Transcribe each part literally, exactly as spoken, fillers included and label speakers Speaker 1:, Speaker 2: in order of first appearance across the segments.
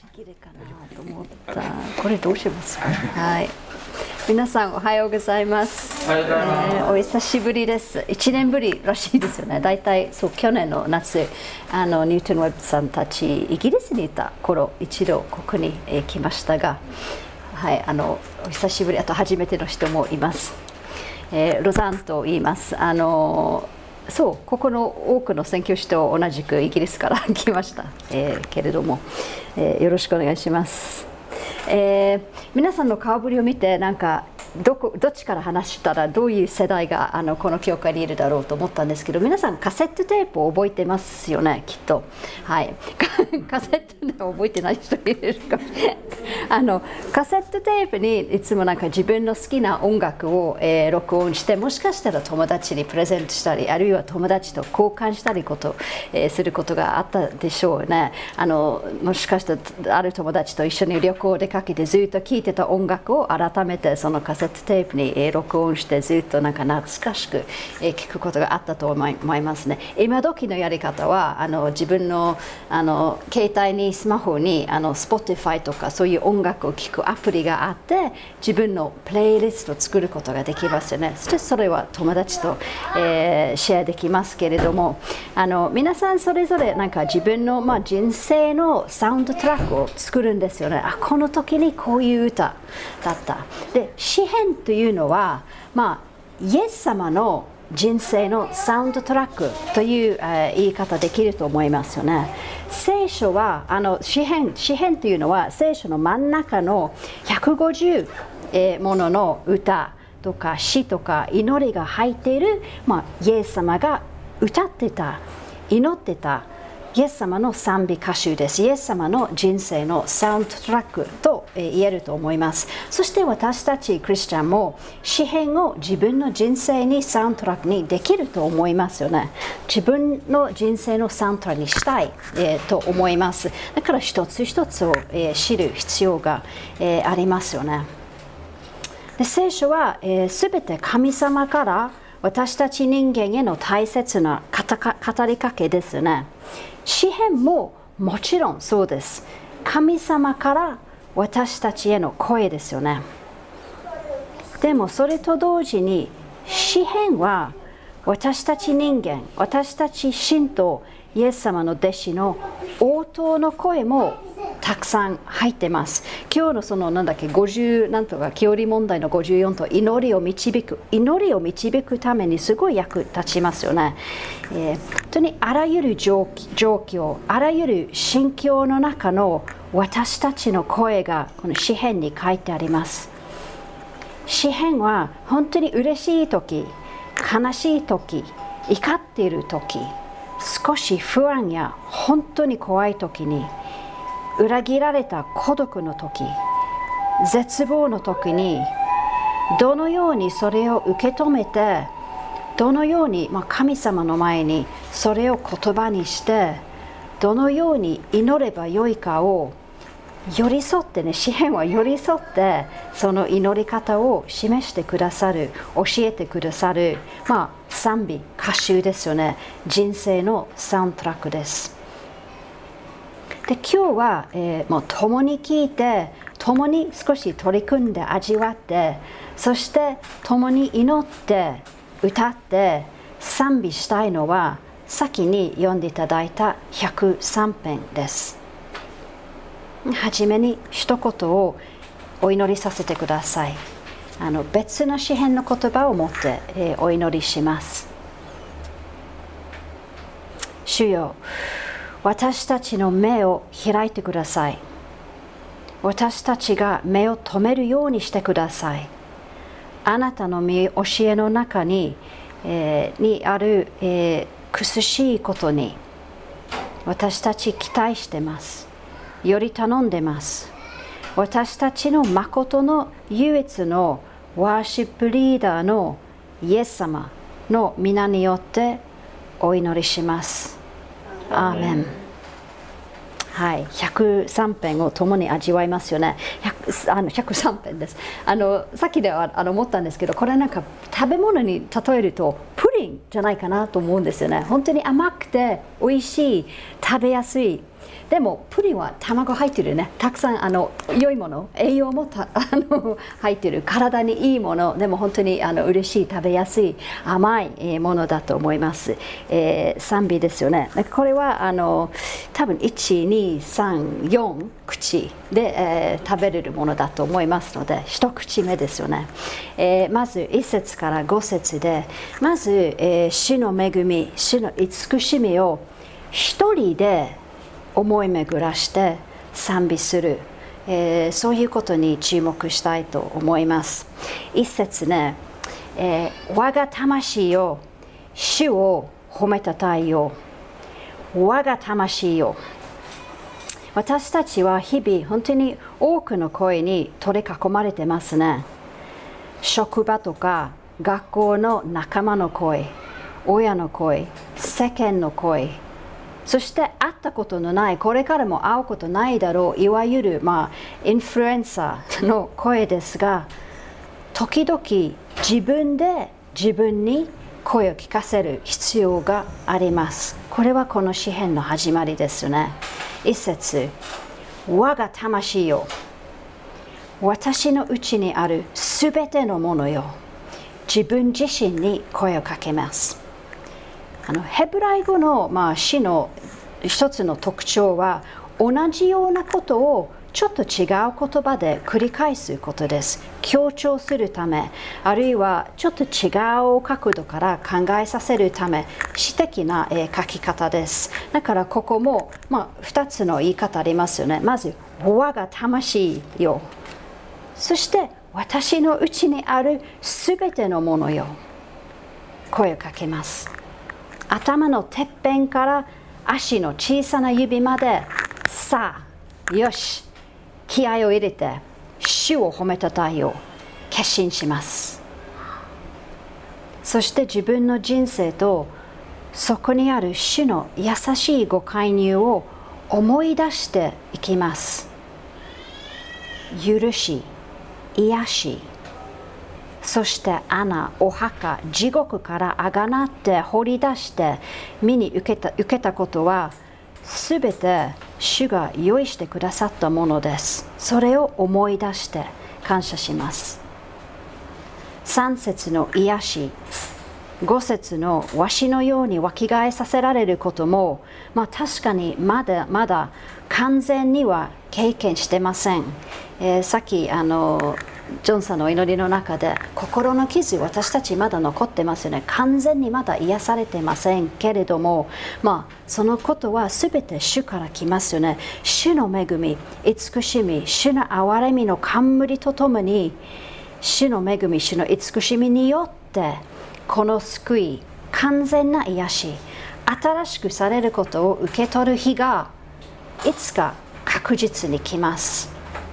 Speaker 1: ちぎれかなと思った。これどうしますか。はい。皆さんおはようございます。
Speaker 2: おはようございます。
Speaker 1: えーお久しぶりです。いちねんぶりらしいですよね。だいたいそう去年の夏、あのニュートン・ウェブさんたちイギリスにいた頃一度ここに、えー来ましたが、はい、あのお久しぶり、あと初めての人もいます。えーロザンと言います。あのそうここの多くの宣教師と同じくイギリスから来ました、えーけれども、えーよろしくお願いします。えー皆さんの顔ぶれを見てなんかどこどっちから話したらどういう世代があのこの教会にいるだろうと思ったんですけど、皆さんカセットテープを覚えてますよね、きっと。はい、カセットテープを覚えてない人いるかもしれない。あのカセットテープにいつもなんか自分の好きな音楽を、えー録音して、もしかしたら友達にプレゼントしたり、あるいは友達と交換したりこと、えーすることがあったでしょうね。あのもしかしたらある友達と一緒に旅行でかけてずっと聴いてた音楽を改めてそのカセットテープに、えー録音してずっとなんか懐かしく、えー聞くことがあったと思い思いますね。今時のやり方はあの自分のあの携帯にスマホにあの Spotify とかそういう音楽を聴くアプリがあって自分のプレイリストを作ることができますよね。そしてそれは友達と、えーシェアできますけれども、あの皆さんそれぞれなんか自分の、まあ、人生のサウンドトラックを作るんですよね。あ、この時にこういう歌だった。で、詩編というのは、まあ、イエス様の人生のサウンドトラックという、えー言い方できると思いますよね。聖書はあの詩編、詩編というのは聖書の真ん中のひゃくごじゅう、えーものの歌とか詩とか祈りが入っている、まあ、イエス様が歌ってた、祈ってたイエス様の賛美歌集です。イエス様の人生のサウンドトラックと言えると思います。そして私たちクリスチャンも詩編を自分の人生にサウンドトラックにできると思いますよね。自分の人生のサウンドトラックにしたい、えー、と思います。だから一つ一つを、えー知る必要が、えーありますよね。で聖書はすべ、えー、て神様から私たち人間への大切な語りかけですね。詩編ももちろんそうです。神様から私たちへの声ですよね。でもそれと同時に詩編は私たち人間、私たち信徒、イエス様の弟子の応答の声もたくさん入ってます。今日のそのなんだっけごじゅうなんとか教理問題のごじゅうよんと祈りを導く祈りを導くためにすごい役立ちますよね。えー、本当にあらゆる状況、あらゆる心境の中の私たちの声がこの詩編に書いてあります。詩編は本当に嬉しい時、悲しい時、怒っている時、少し不安や本当に怖い時に、裏切られた孤独の時、絶望の時にどのようにそれを受け止めて、どのように、まあ、神様の前にそれを言葉にしてどのように祈ればよいかを寄り添ってね、詩編は寄り添ってその祈り方を示してくださる、教えてくださる、まあ、賛美歌集ですよね。人生のサウンドトラックです。で今日は、えー、もう共に聞いて共に少し取り組んで味わって、そして共に祈って歌って賛美したいのは先に読んでいただいたひゃくさん編です。はじめに一言をお祈りさせてください。あの別の詩編の言葉を持って、えー、お祈りします。主よ、私たちの目を開いてください。私たちが目を留めるようにしてください。あなたの御教えの中に、えー、にある、えー、苦しいことに私たち期待してます。より頼んでます。私たちの誠の唯一のワーシップリーダーのイエス様の皆によってお祈りします。アーメン。はい、ひゃくさん編を共に味わいますよね。ひゃくあのひゃくさん編です。あのさっきではあの思ったんですけど、これなんか食べ物に例えるとプリンじゃないかなと思うんですよね。本当に甘くて美味しい、食べやすいでもプリンは卵入ってるね。たくさんあの良いもの、栄養もたあの入ってる。体にいいもの、でも本当にあの嬉しい、食べやすい、甘いものだと思います。えー、賛美ですよね。これはあの多分いち、に、さん、よん口で、えー、食べれるものだと思いますので、一口目ですよね。えー、まずい節からご節で、まず、えー、主の恵み、主の慈しみを一人で思い巡らして賛美する、えー、そういうことに注目したいと思います。一節ね、えー、我が魂よ、主を褒めたたえよう。我が魂よ。私たちは日々本当に多くの声に取り囲まれてますね。職場とか学校の仲間の声、親の声、世間の声、そして会ったことのない、これからも会うことないだろう、いわゆる、まあ、インフルエンサーの声ですが、時々自分で自分に声を聞かせる必要があります。これはこの詩篇の始まりですね。一節、我が魂よ、私のうちにあるすべてのものよ、自分自身に声をかけます。あのヘブライ語の、まあ、詩の一つの特徴は、同じようなことをちょっと違う言葉で繰り返すことです。強調するため、あるいはちょっと違う角度から考えさせるため、詩的な、えー、書き方です。だからここも、まあ、ふたつの言い方ありますよね。まず、我が魂よ。そして、私のうちにあるすべてのものよ。声をかけます。頭のてっぺんから足の小さな指まで、さあ、よし、気合を入れて、主を褒めたたえよう、決心します。そして自分の人生と、そこにある主の優しいご介入を思い出していきます。許し、癒し、そして穴、お墓、地獄からあがなって掘り出して身に受けた、受けたことはすべて主が用意してくださったものです。それを思い出して感謝します。さん節の癒し、ご節のわしのように湧き返させられることも、まあ、確かにまだまだ完全には経験してません。えー、さっきあのジョンさんの祈りの中で、心の傷、私たちまだ残ってますよね。完全にまだ癒されてませんけれども、まあ、そのことはすべて主から来ますよね。主の恵み、慈しみ、主の憐れみの冠とともに、主の恵み、主の慈しみによって、この救い、完全な癒し、新しくされることを受け取る日が、いつか確実に来ます。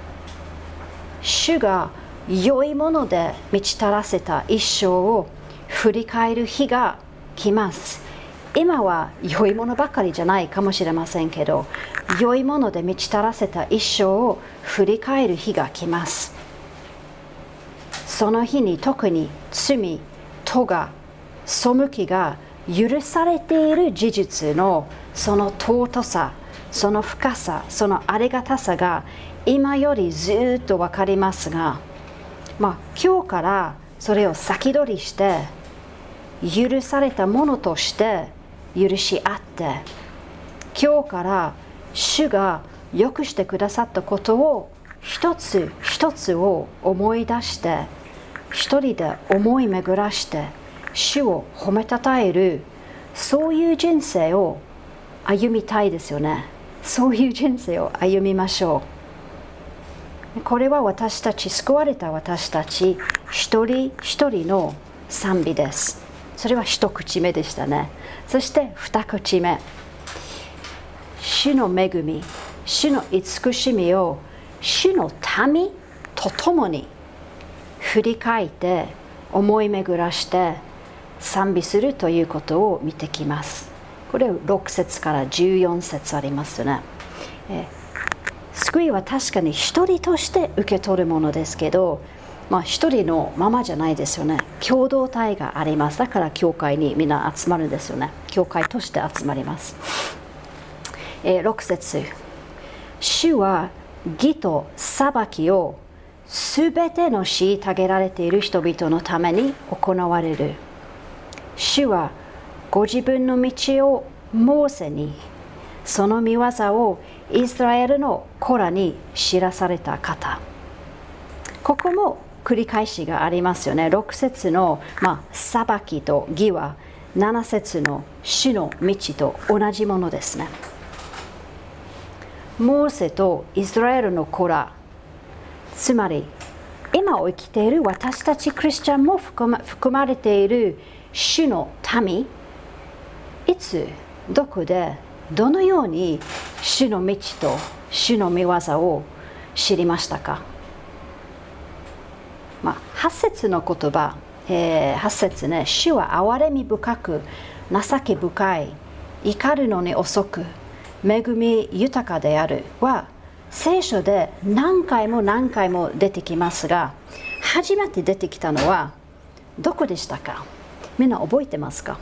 Speaker 1: 主が良いもので満ち足らせた一生を振り返る日が来ます。今は良いものばかりじゃないかもしれませんけど、良いもので満ち足らせた一生を振り返る日が来ます。その日に特に罪、咎、背きが許されている事実のその尊さ、その深さ、そのありがたさが今よりずっと分かりますが、まあ、今日からそれを先取りして許されたものとして許し合って、今日から主が良くしてくださったことを一つ一つを思い出して、一人で思い巡らして主を褒めたたえる、そういう人生を歩みたいですよね。そういう人生を歩みましょう。これは私たち、救われた私たち一人一人の賛美です。それは一口目でしたね。そして二口目、主の恵み、主の慈しみを主の民と共に振り返って思い巡らして賛美するということを見てきます。これはろく節からじゅうよん節ありますね。え救いは確かに一人として受け取るものですけど、まあ、一人のままじゃないですよね。共同体があります。だから教会にみんな集まるんですよね。教会として集まります。 えー、ろく節、主は義と裁きをすべての虐げられている人々のために行われる。主はご自分の道をモーセに、その御業をイスラエルの子らに知らされた方。ここも繰り返しがありますよね。ろく節の、まあ、裁きと義はなな節の主の道と同じものですね。モーセとイスラエルの子ら、つまり今を生きている私たちクリスチャンも含ま、含まれている主の民、いつどこでどのように主の道と主の御業を知りましたか。まあ、はち節の言葉、えー、はち節ね、主は憐れみ深く情け深い、怒るのに遅く恵み豊かであるは聖書で何回も何回も出てきますが、初めて出てきたのはどこでしたか。みんな覚えてますか。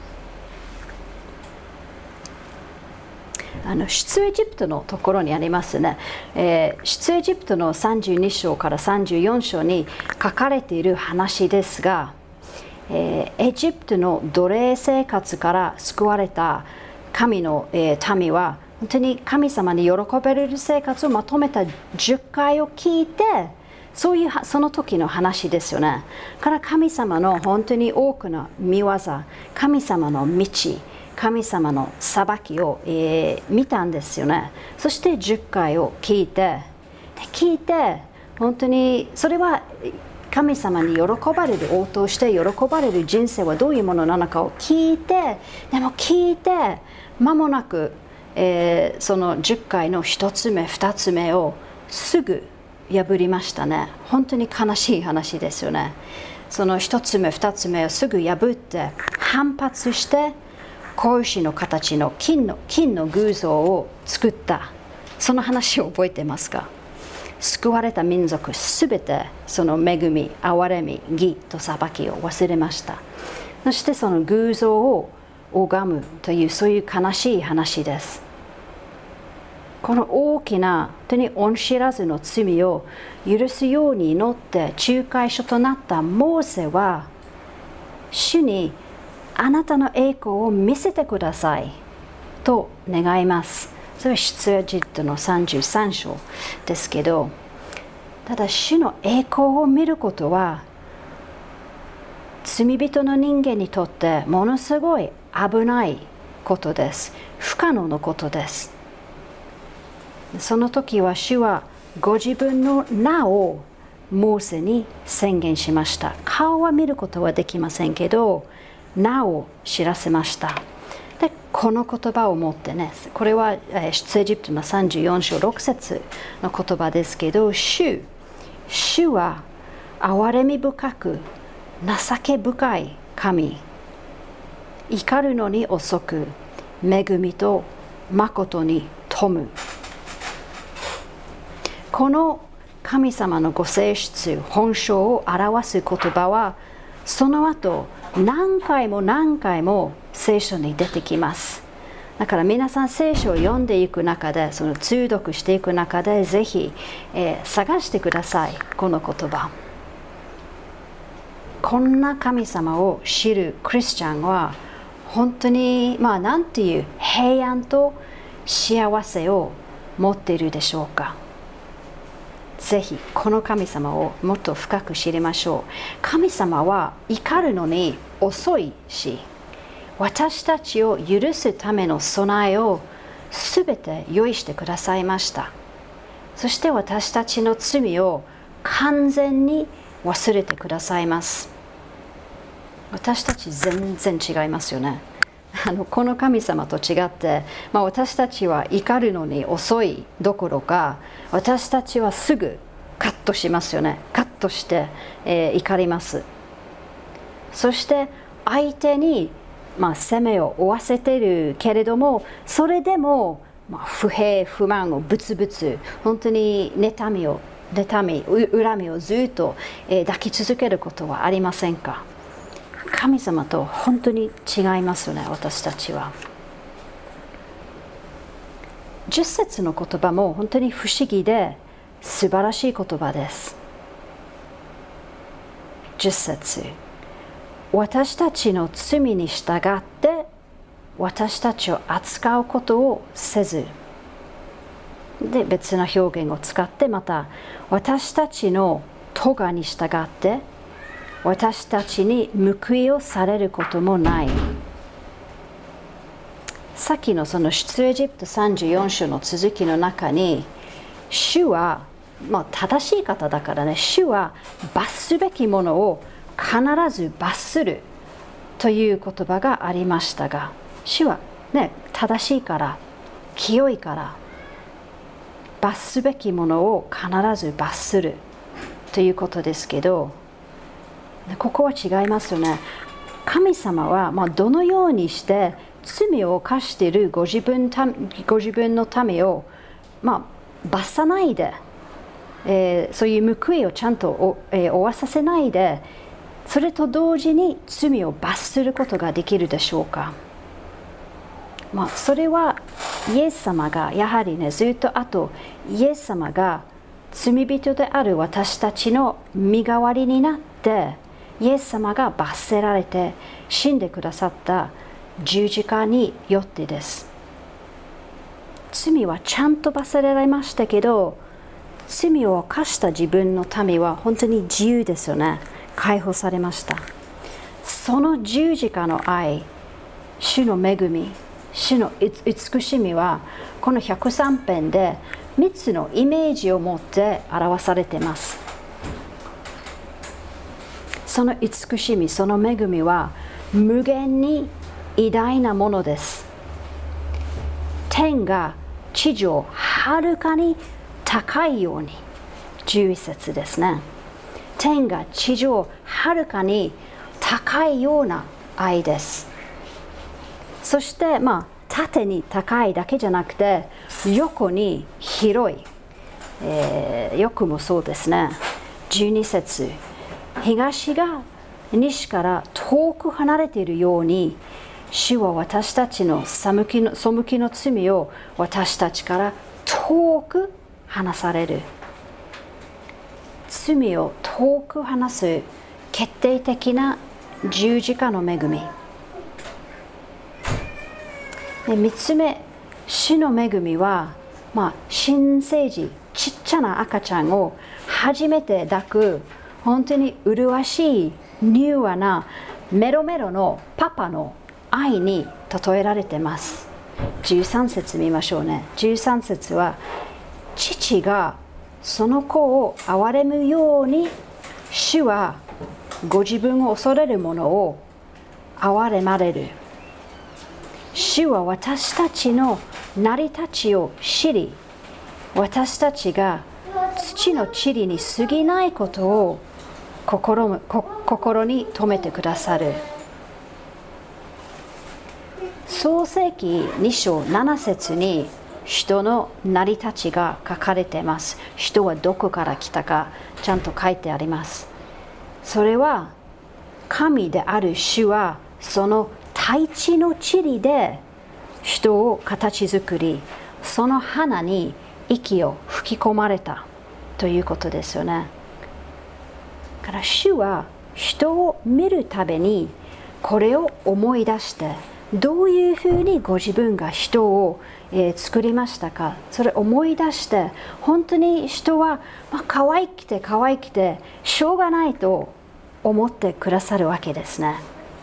Speaker 1: あの出エジプトのところにありますね、えー、出エジプトのさんじゅうに章からさんじゅうよん章に書かれている話ですが、えー、エジプトの奴隷生活から救われた神の、えー、民は本当に神様に喜ばれる生活をまとめたじゅっかいを聞いて、そういうその時の話ですよね。から神様の本当に多くの御業、神様の道、神様の裁きを、えー、見たんですよね。そしてじゅっかいを聞いて、聞いて、本当にそれは神様に喜ばれる、応答して喜ばれる人生はどういうものなのかを聞いて、でも聞いて、間もなく、えー、そのじゅっかいのひとつめ、ふたつめをすぐ破りましたね。本当に悲しい話ですよね。そのひとつめ、ふたつめをすぐ破って反発して、子牛の形の金の金の偶像を作った、その話を覚えてますか。救われた民族すべてその恵み、憐れみ、義と裁きを忘れました。そしてその偶像を拝むという、そういう悲しい話です。この大きな本当に恩知らずの罪を許すように祈って仲介者となったモーセは、主にあなたの栄光を見せてくださいと願います。それは出エジプトのさんじゅうさん章ですけど、ただ主の栄光を見ることは罪人の人間にとってものすごい危ないことです。不可能なことです。その時は主はご自分の名をモーセに宣言しました。顔は見ることはできませんけど、名を知らせました。で、この言葉を持ってね、これは出エジプトのさんじゅうよん章ろく節の言葉ですけど、主、主は憐れみ深く情け深い神、怒るのに遅く恵みと誠に富む。この神様のご性質、本性を表す言葉はその後何回も何回も聖書に出てきます。だから皆さん聖書を読んでいく中で、その通読していく中でぜひ、えー、探してください。この言葉、こんな神様を知るクリスチャンは本当にまあ何ていう平安と幸せを持っているでしょうか。ぜひこの神様をもっと深く知りましょう。神様は怒るのに遅いし、私たちを許すための備えをすべて用意してくださいました。そして私たちの罪を完全に忘れてくださいます。私たち全然違いますよね。あのこの神様と違って、まあ、私たちは怒るのに遅いどころか、私たちはすぐカットしますよね。カットして、えー、怒ります。そして相手に、まあ、責めを負わせているけれども、それでも、まあ、不平不満をぶつぶつ、本当に妬みを妬み恨みをずっと、えー、抱き続けることはありませんか。神様と本当に違いますよね、私たちは。 じゅっ節の言葉も本当に不思議で素晴らしい言葉です。じゅっ節、私たちの罪に従って私たちを扱うことをせず、で別な表現を使ってまた私たちの咎に従って私たちに報いをされることもない。さっきのその出エジプトさんじゅうよん章の続きの中に、主は、まあ、正しい方だからね、主は罰すべきものを必ず罰するという言葉がありましたが、主は、ね、正しいから清いから罰すべきものを必ず罰するということですけど、ここは違いますよね。神様は、まあ、どのようにして罪を犯しているご自分、ご自分のためを、まあ、罰さないで、えー、そういう報いをちゃんとお、えー、負わさせないで、それと同時に罪を罰することができるでしょうか。まあ、それはイエス様がやはりね、ずっとあとイエス様が罪人である私たちの身代わりになって、イエス様が罰せられて死んでくださった十字架によってです。罪はちゃんと罰せられましたけど、罪を犯した自分の民は本当に自由ですよね。解放されました。その十字架の愛、主の恵み、主の慈しみはこのひゃくさん編でみっつのイメージを持って表されています。その慈しみ、その恵みは無限に偉大なものです。天が地上はるかに高いように、じゅういち節ですね。天が地上はるかに高いような愛です。そして、まあ、縦に高いだけじゃなくて横に広い、えー、横もそうですね。じゅうに節、東が西から遠く離れているように、主は私たちの背きの、背きの罪を私たちから遠く離される。罪を遠く離す決定的な十字架の恵み。みっつめ、主の恵みは、まあ、新生児、ちっちゃな赤ちゃんを初めて抱く本当に麗しい柔和なメロメロのパパの愛に例えられています。じゅうさん節見ましょうね。じゅうさん節は、父がその子を憐れむように、主はご自分を恐れる者を憐れまれる。主は私たちの成り立ちを知り、私たちが土の塵に過ぎないことを 心, 心に留めてくださる。創世記に章なな節に人の成り立ちが書かれています。人はどこから来たかちゃんと書いてあります。それは神である主はその大地の塵で人を形作り、その花に息を吹き込まれたということですよね。だから主は人を見るたびにこれを思い出して、どういうふうにご自分が人を、えー、作りましたか、それを思い出して、本当に人は、まあ、可愛くて可愛くてしょうがないと思ってくださるわけですね。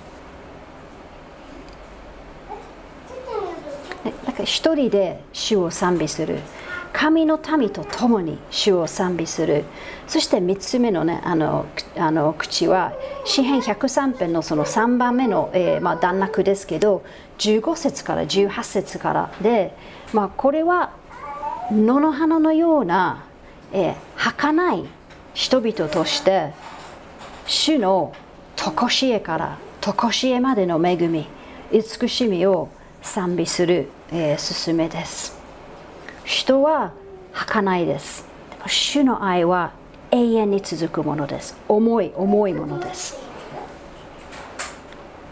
Speaker 1: だから一人で主を賛美する、神の民と共に主を賛美する。そしてみっつめのね、あのあの口は詩編ひゃくさん編のそのさんばんめの、えーまあ、段落ですけど、じゅうご節からじゅうはち節からで、まあ、これは野の花のような、えー、儚い人々として主の常しえから常しえまでの恵み、慈しみを賛美する、えー、勧めです。人は儚いです。でも主の愛は永遠に続くものです。重い重いものです。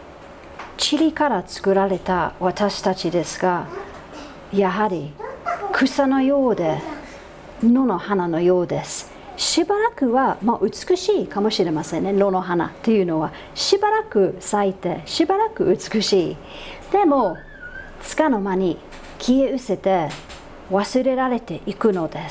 Speaker 1: 塵から作られた私たちですが、やはり草のようで野の花のようです。しばらくは、まあ、美しいかもしれませんね。野の花というのはしばらく咲いてしばらく美しい。でもつかの間に消え失せて忘れられていくのです。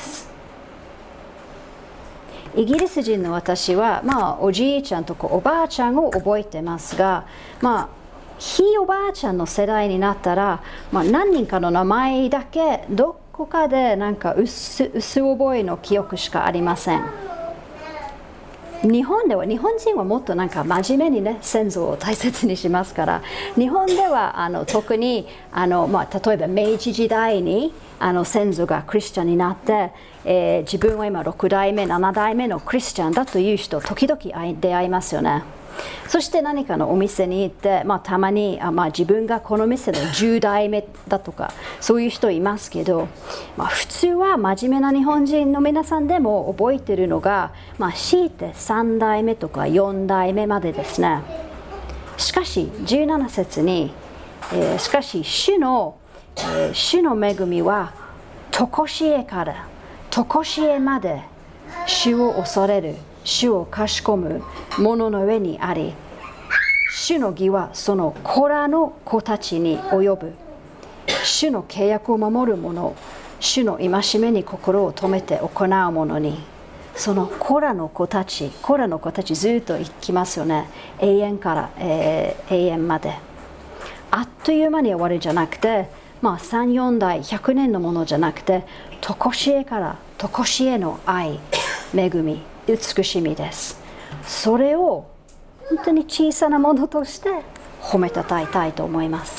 Speaker 1: イギリス人の私は、まあ、おじいちゃんとかおばあちゃんを覚えてますが、まあ、ひいおばあちゃんの世代になったら、まあ、何人かの名前だけどこかでなんか薄、薄覚えの記憶しかありません。日本では日本人はもっとなんか真面目にね先祖を大切にしますから、日本ではあの特にあの、まあ、例えば明治時代にあの先祖がクリスチャンになって、えー、自分は今ろく代目なな代目のクリスチャンだという人時々出会いますよね。そして何かのお店に行って、まあ、たまにあ、まあ、自分がこの店のじゅう代目だとかそういう人いますけど、まあ、普通は真面目な日本人の皆さんでも覚えているのが、まあ、強いてさん代目とかよん代目までですね。しかしじゅうなな節に、えー、しかし主の、えー、主の恵みは常しえから常しえまで主を恐れる主をかしこむ者の上にあり、主の義はその子らの子たちに及ぶ。主の契約を守る者、主の戒めに心を止めて行う者に、その子らの子たち、子らの子たちずっと生きますよね。永遠から、えー、永遠まで。あっという間に終わるんじゃなくて、まあ、さん、よん代、ひゃくねんのものじゃなくて、常しえから常しえの愛、恵み、美しみです。それを本当に小さなものとして褒めたたえたいと思います。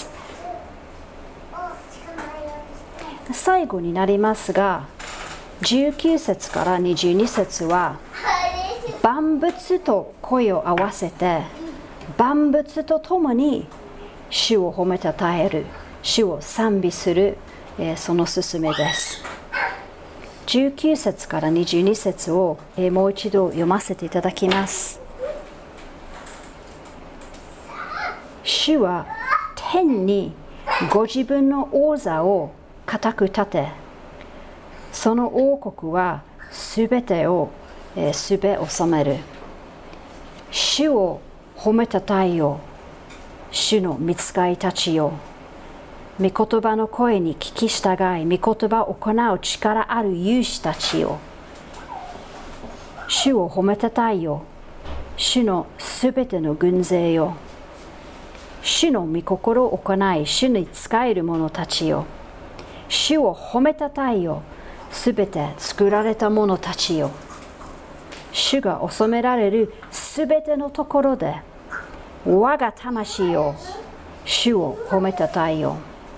Speaker 1: 最後になりますが、じゅうきゅう節からにじゅうに節は万物と声を合わせて万物と共に主を褒めたたえる、主を賛美する、えー、その勧めです。じゅうきゅう節からにじゅうに節をもう一度読ませていただきます。主は天にご自分の王座を固く立て、その王国はすべてをすべ収める。主を褒めたたえよ、主の御使いたちよ。御言葉の声に聞き従い、御言葉を行う力ある勇士たちよ。主を褒めたたえよ、主のすべての軍勢よ。主の御心を行い、主に仕える者たちよ。主を褒めたたえよ、すべて作られた者たちよ。主が治められるすべてのところで、我が魂よ、主を褒めたたえよ。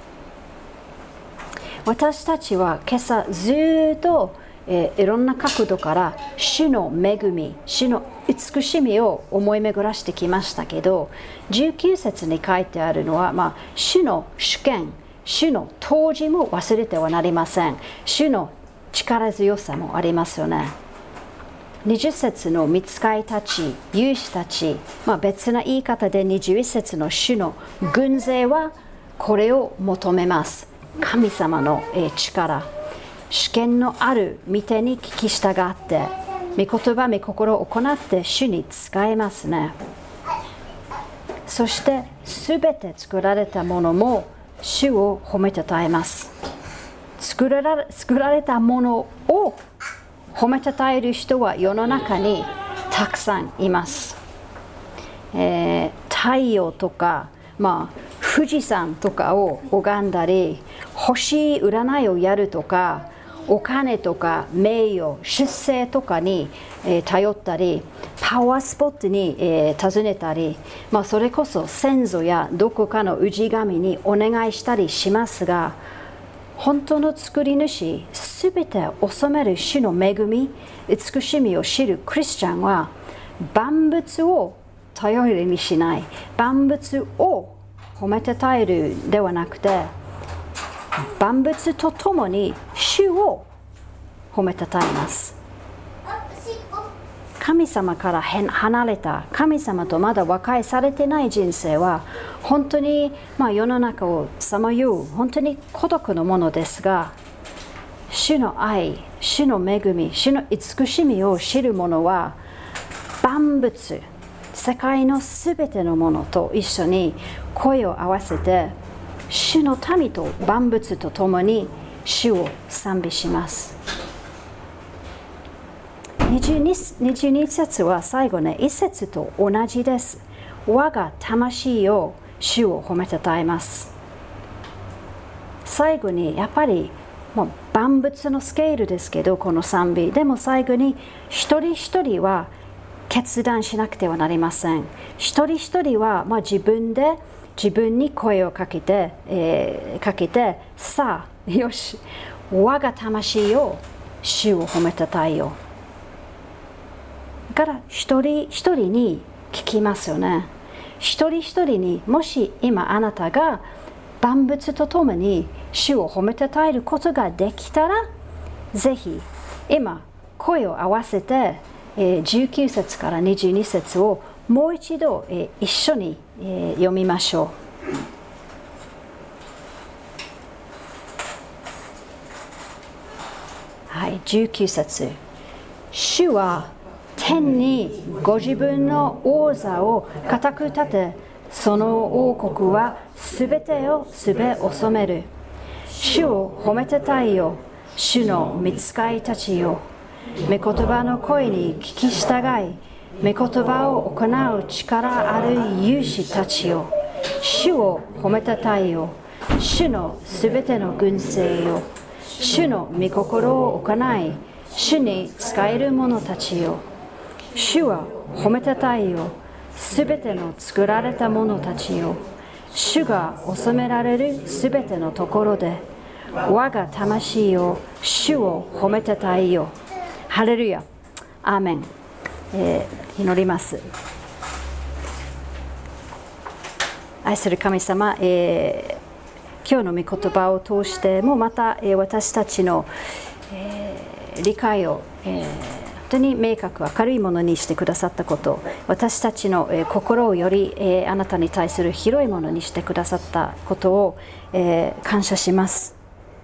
Speaker 1: 私たちは今朝ずっと、えー、いろんな角度から主の恵み、主の慈しみを思い巡らしてきましたけど、じゅうきゅう節に書いてあるのは、まあ、主の主権、主の統治も忘れてはなりません。主の力強さもありますよね。にじゅう節の御使いたち、勇士たち、まあ、別な言い方でにじゅういち節の主の軍勢はこれを求めます。神様の力、主権のある御手に聞き従って、御言葉、御心を行って主に仕えますね。そしてすべて作られたものも主を褒めたたえます。作られ、作られたものを褒めたたえる人は世の中にたくさんいます。えー、太陽とか、まあ、富士山とかを拝んだり、星占いをやるとか、お金とか名誉、出世とかに、えー、頼ったり、パワースポットに、えー、訪ねたり、まあ、それこそ先祖やどこかの氏神にお願いしたりしますが、本当の作り主、すべてを治める主の恵み、慈しみを知るクリスチャンは、万物を頼りにしない、万物を褒めたたえるではなくて、万物とともに主を褒めたたえます。神様から離れた、神様とまだ和解されてない人生は本当に、まあ、世の中をさまよう本当に孤独のものですが、 主の愛、主の恵み、主の慈しみを知る者は万物、世界のすべてのものと一緒に声を合わせて、主の民と万物と共に主を賛美します。にじゅうに節は最後ね、いち節と同じです。我が魂を主を褒めたたえます。最後にやっぱりもう万物のスケールですけど、この賛美でも最後に一人一人は決断しなくてはなりません。一人一人はまあ自分で自分に声をかけて、えー、かけてさあよし、我が魂を主を褒めたたえよう。だから一人一人に聞きますよね。一人一人に、もし今あなたが万物とともに主を褒めたたえることができたら、ぜひ今声を合わせてじゅうきゅう節からにじゅうに節をもう一度一緒に読みましょう。はい、じゅうきゅう節。主は天にご自分の王座を固く立て、その王国はすべてをすべ治める。主を褒めたたえよ、主の御使いたちよ。御言葉の声に聞き従い、御言葉を行う力ある勇士たちよ。主を褒めたたえよ、主のすべての軍勢よ。主の御心を行い、主に仕える者たちよ。主は褒めたたえよ、すべての作られた者たちよ。主が治められるすべてのところで、我が魂を主を褒めたたえよ。ハレルヤ、アーメン、えー、祈ります。愛する神様、えー、今日の御言葉を通してもまた、えー、私たちの、えー、理解を、えー、本当に明確明るいものにしてくださったこと、私たちの、えー、心をより、えー、あなたに対する広いものにしてくださったことを、えー、感謝します。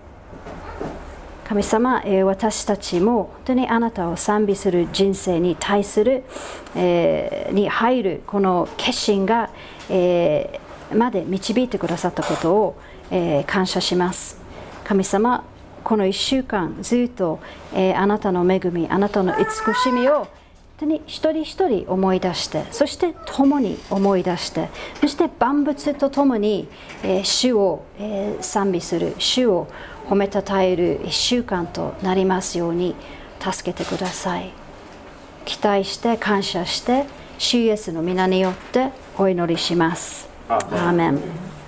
Speaker 1: 神様、私たちも本当にあなたを賛美する人生に対する、えー、に入るこの決心が、えー、まで導いてくださったことを、えー、感謝します。神様、このいっしゅうかんずっと、えー、あなたの恵み、あなたの慈しみを本当に一人一人思い出して、そして共に思い出して、そして万物と共に、えー、主を、えー、賛美する、主を褒めたたえるいっしゅうかんとなりますように助けてください。期待して感謝して、主イエスの皆によってお祈りします。アーメン。